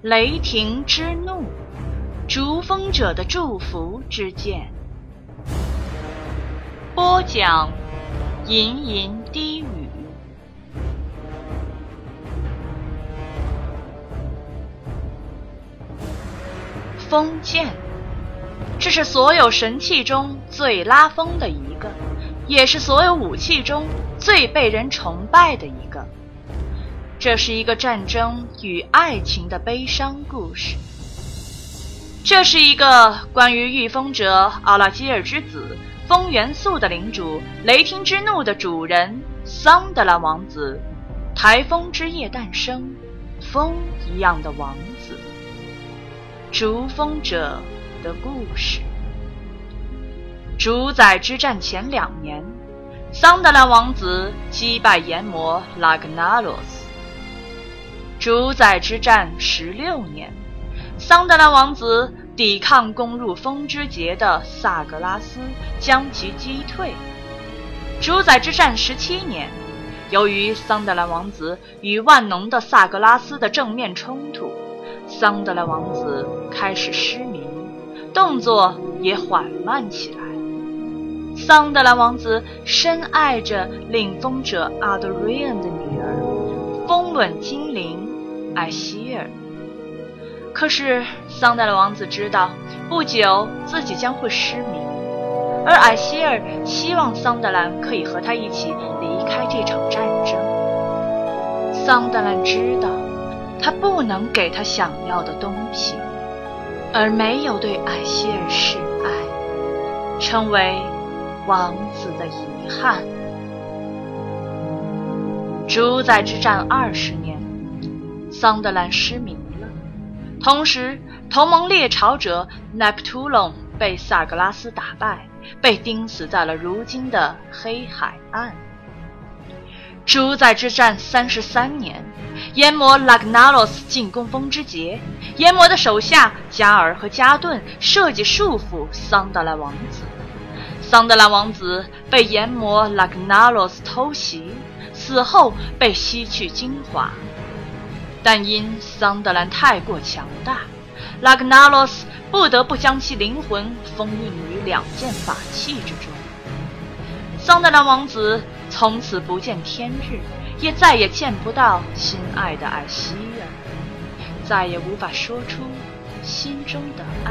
雷霆之怒，逐风者的祝福之剑。播讲吟吟低语。风剑，这是所有神器中最拉风的一个，也是所有武器中最被人崇拜的一个。这是一个战争与爱情的悲伤故事。这是一个关于御风者奥拉基尔之子风元素的领主雷霆之怒的主人桑德兰王子，台风之夜诞生，风一样的王子。逐风者的故事。主宰之战前2年，桑德兰王子击败炎魔拉格纳罗斯。主宰之战16年，桑德兰王子抵抗攻入风之节的萨格拉斯，将其击退。主宰之战17年，由于桑德兰王子与万能的萨格拉斯的正面冲突，桑德兰王子开始失明，动作也缓慢起来。桑德兰王子深爱着领风者阿德瑞恩的女儿，风吻精灵艾希尔。可是桑德兰王子知道不久自己将会失明，而艾希尔希望桑德兰可以和他一起离开这场战争。桑德兰知道他不能给他想要的东西，而没有对艾希尔示爱，成为王子的遗憾。主宰之战20年，桑德兰失明了，同时同盟猎潮者 Neptulon 被萨格拉斯打败，被钉死在了如今的黑海岸。主宰之战33年，炎魔拉格纳罗斯进攻风之节，炎魔的手下加尔和加顿设计束缚桑德兰王子。桑德兰王子被炎魔拉格纳罗斯偷袭，死后被吸去精华。但因桑德兰太过强大，拉格纳罗斯不得不将其灵魂封印于2件法器之中。桑德兰王子从此不见天日，也再也见不到心爱的艾希尔，再也无法说出心中的爱。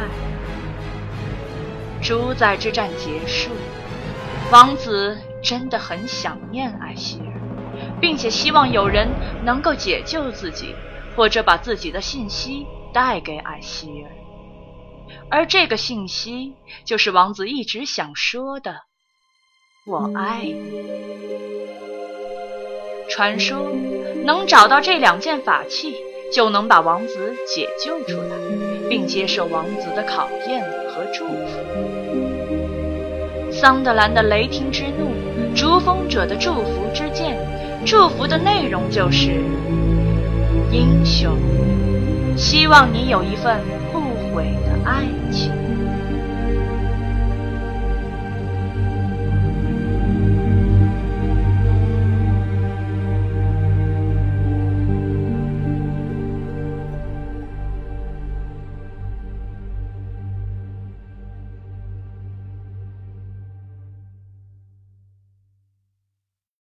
主宰之战结束，王子真的很想念艾希尔，并且希望有人能够解救自己，或者把自己的信息带给艾希尔。而这个信息就是王子一直想说的：我爱你。传说能找到这2件法器，就能把王子解救出来，并接受王子的考验和祝福。桑德兰的雷霆之怒，逐风者的祝福之剑，祝福的内容就是英雄，希望你有一份不悔的爱。